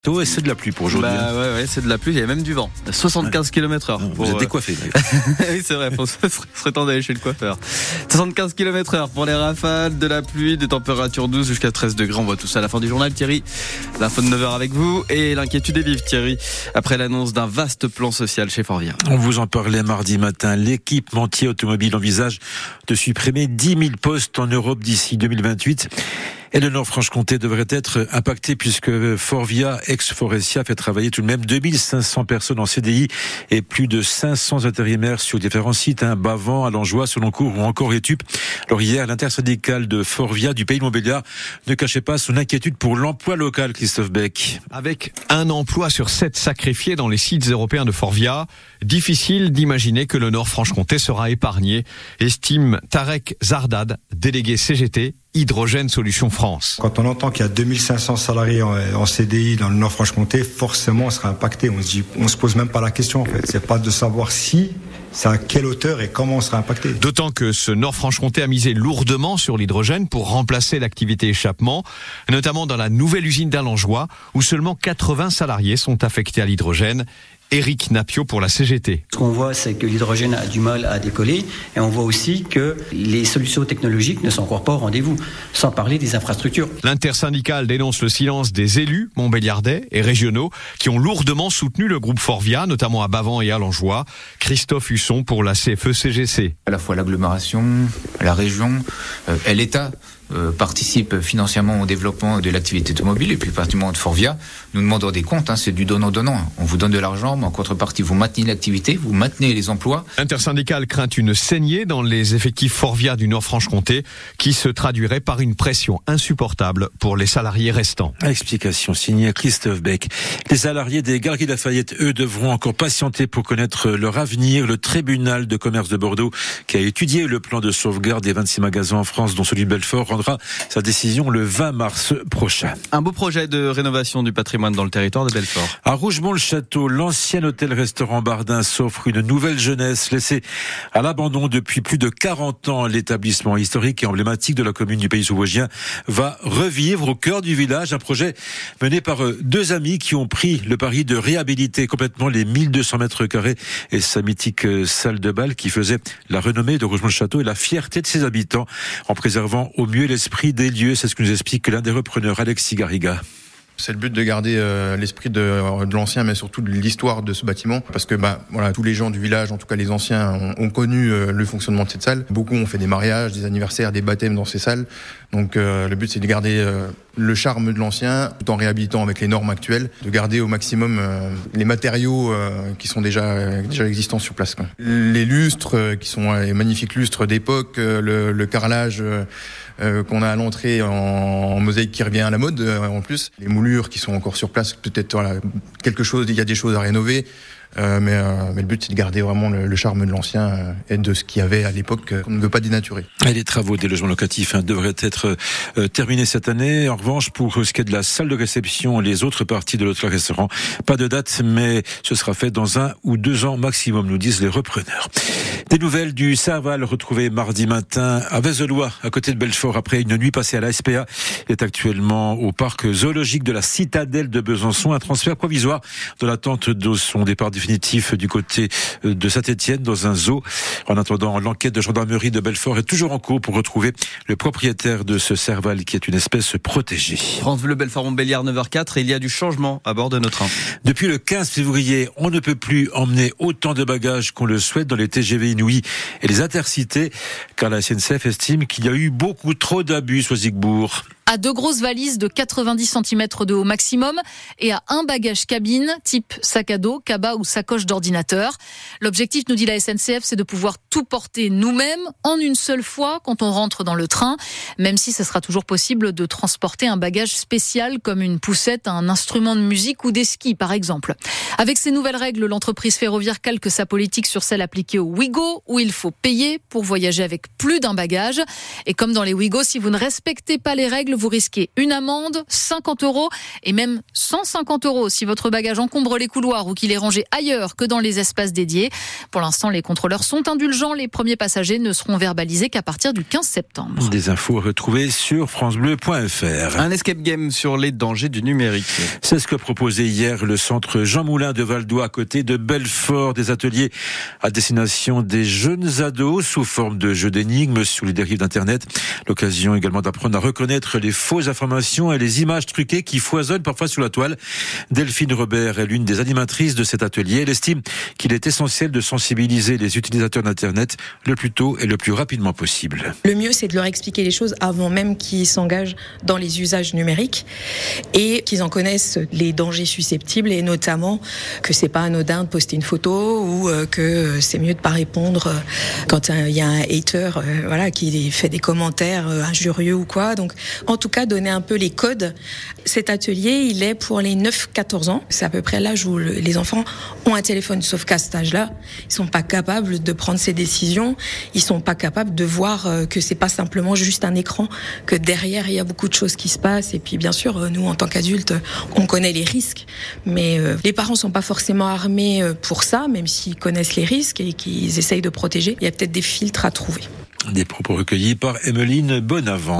Et c'est de la pluie pour aujourd'hui. Ouais, c'est de la pluie, il y a même du vent. 75 km/h. Vous êtes décoiffé. Oui, c'est vrai, serait temps d'aller chez le coiffeur. 75 km/h pour les rafales, de la pluie, des températures douces jusqu'à 13 degrés. On voit tout ça à la fin du journal, Thierry. L'info de 9h avec vous et l'inquiétude est vive, Thierry, après l'annonce d'un vaste plan social chez Forvia. On vous en parlait mardi matin. L'équipementier automobile envisage de supprimer 10 000 postes en Europe d'ici 2028. Et le Nord-Franche-Comté devrait être impacté puisque Forvia, ex-Forestia, fait travailler tout de même 2500 personnes en CDI et plus de 500 intérimaires sur différents sites, Bavent, Allenjoie, Seloncourt ou encore Étup. Alors hier, l'intersyndicale de Forvia du Pays de Montbéliard ne cachait pas son inquiétude pour l'emploi local, Christophe Beck. Avec un emploi sur 7 sacrifiés dans les sites européens de Forvia, difficile d'imaginer que le Nord-Franche-Comté sera épargné, estime Tarek Zardad, délégué CGT, Hydrogène Solutions France. Quand on entend qu'il y a 2500 salariés en CDI dans le Nord-Franche-Comté, forcément on sera impacté. On se pose même pas la question en fait. C'est pas de savoir si, c'est à quelle hauteur et comment on sera impacté. D'autant que ce Nord-Franche-Comté a misé lourdement sur l'hydrogène pour remplacer l'activité échappement, notamment dans la nouvelle usine d'Allenjoie où seulement 80 salariés sont affectés à l'hydrogène. Éric Napio pour la CGT. Ce qu'on voit, c'est que l'hydrogène a du mal à décoller et on voit aussi que les solutions technologiques ne sont encore pas au rendez-vous, sans parler des infrastructures. L'intersyndicale dénonce le silence des élus montbéliardais et régionaux qui ont lourdement soutenu le groupe Forvia, notamment à Bavent et à Allenjoie. Christophe Husson pour la CFE-CGC. À la fois l'agglomération, la région et l'État participent financièrement au développement de l'activité automobile et plus particulièrement de Forvia. Nous demandons des comptes, c'est du donnant-donnant. On vous donne de l'argent, mais en contrepartie, vous maintenez l'activité, vous maintenez les emplois. L'intersyndicale craint une saignée dans les effectifs Forvia du Nord-Franche-Comté qui se traduirait par une pression insupportable pour les salariés restants. Explication signée Christophe Beck. Les salariés des Galeries Lafayette, eux, devront encore patienter pour connaître leur avenir. Le tribunal de commerce de Bordeaux, qui a étudié le plan de sauvegarde des 26 magasins en France, dont celui de Belfort, rendra sa décision le 20 mars prochain. Un beau projet de rénovation du patrimoine dans le territoire de Belfort. À Rougemont-le-Château, l'ancien hôtel-restaurant Bardin s'offre une nouvelle jeunesse. Laissé à l'abandon depuis plus de 40 ans, l'établissement historique et emblématique de la commune du Pays Sous-Vosgien va revivre au cœur du village. Un projet mené par deux amis qui ont pris le pari de réhabiliter complètement les 1200 mètres carrés et sa mythique salle de bal qui faisait la renommée de Rougemont-le-Château et la fierté de ses habitants en préservant au mieux l'esprit des lieux. C'est ce que nous explique l'un des repreneurs, Alexis Garriga. C'est le but de garder l'esprit de l'ancien, mais surtout de l'histoire de ce bâtiment, parce que tous les gens du village, en tout cas les anciens, ont connu le fonctionnement de cette salle. Beaucoup ont fait des mariages, des anniversaires, des baptêmes dans ces salles. Donc le but c'est de garder le charme de l'ancien, tout en réhabilitant avec les normes actuelles, de garder au maximum les matériaux qui sont déjà existants sur place. Les lustres qui sont les magnifiques lustres d'époque, le carrelage qu'on a à l'entrée en mosaïque qui revient à la mode en plus, les moulures qui sont encore sur place, peut-être il y a des choses à rénover. Mais le but c'est de garder vraiment le charme de l'ancien et de ce qu'il y avait à l'époque qu'on ne veut pas dénaturer. Et les travaux des logements locatifs devraient être terminés cette année. En revanche, pour ce qui est de la salle de réception et les autres parties de l'hôtel-restaurant, pas de date, mais ce sera fait dans 1 ou 2 ans maximum, nous disent les repreneurs. Des nouvelles du Serval retrouvé mardi matin à Vézelois, à côté de Belfort, après une nuit passée à la SPA. Il est actuellement au parc zoologique de la Citadelle de Besançon, un transfert provisoire de l'attente de son départ définitif du côté de Saint-Étienne dans un zoo. En attendant, l'enquête de gendarmerie de Belfort est toujours en cours pour retrouver le propriétaire de ce Serval qui est une espèce protégée. France Bleu Belfort Montbéliard 9h04 et il y a du changement à bord de nos trains. Depuis le 15 février, on ne peut plus emmener autant de bagages qu'on le souhaite dans les TGV Inouï et les Intercités, car la SNCF estime qu'il y a eu beaucoup trop d'abus sur Zigbourg. À 2 grosses valises de 90 cm de haut maximum et à un bagage cabine type sac à dos, cabas ou sacoche d'ordinateur. L'objectif, nous dit la SNCF, c'est de pouvoir tout porter nous-mêmes en une seule fois quand on rentre dans le train, même si ce sera toujours possible de transporter un bagage spécial comme une poussette, un instrument de musique ou des skis par exemple. Avec ces nouvelles règles, l'entreprise ferroviaire calque sa politique sur celle appliquée au Ouigo, où il faut payer pour voyager avec plus d'un bagage. Et comme dans les Ouigo, si vous ne respectez pas les règles, vous risquez une amende, 50 € et même 150 € si votre bagage encombre les couloirs ou qu'il est rangé ailleurs que dans les espaces dédiés. Pour l'instant, les contrôleurs sont indulgents. Les premiers passagers ne seront verbalisés qu'à partir du 15 septembre. Des infos retrouvées sur francebleu.fr. Un escape game sur les dangers du numérique. C'est ce que proposait hier le centre Jean Moulin de Val-d'Oie à côté de Belfort. Des ateliers à destination des jeunes ados sous forme de jeux d'énigmes sur les dérives d'Internet. L'occasion également d'apprendre à reconnaître les fausses informations et les images truquées qui foisonnent parfois sur la toile. Delphine Robert est l'une des animatrices de cet atelier. Elle estime qu'il est essentiel de sensibiliser les utilisateurs d'Internet le plus tôt et le plus rapidement possible. Le mieux, c'est de leur expliquer les choses avant même qu'ils s'engagent dans les usages numériques et qu'ils en connaissent les dangers susceptibles et notamment que c'est pas anodin de poster une photo ou que c'est mieux de pas répondre quand il y a un hater qui fait des commentaires injurieux ou quoi. Donc en tout cas, donner un peu les codes. Cet atelier, il est pour les 9-14 ans. C'est à peu près l'âge où les enfants ont un téléphone, sauf qu'à cet âge-là, ils sont pas capables de prendre ces décisions. Ils sont pas capables de voir que c'est pas simplement juste un écran, que derrière il y a beaucoup de choses qui se passent. Et puis bien sûr, nous en tant qu'adultes, on connaît les risques, mais les parents sont pas forcément armés pour ça, même s'ils connaissent les risques et qu'ils essayent de protéger. Il y a peut-être des filtres à trouver. Des propos recueillis par Emmeline Bonavent.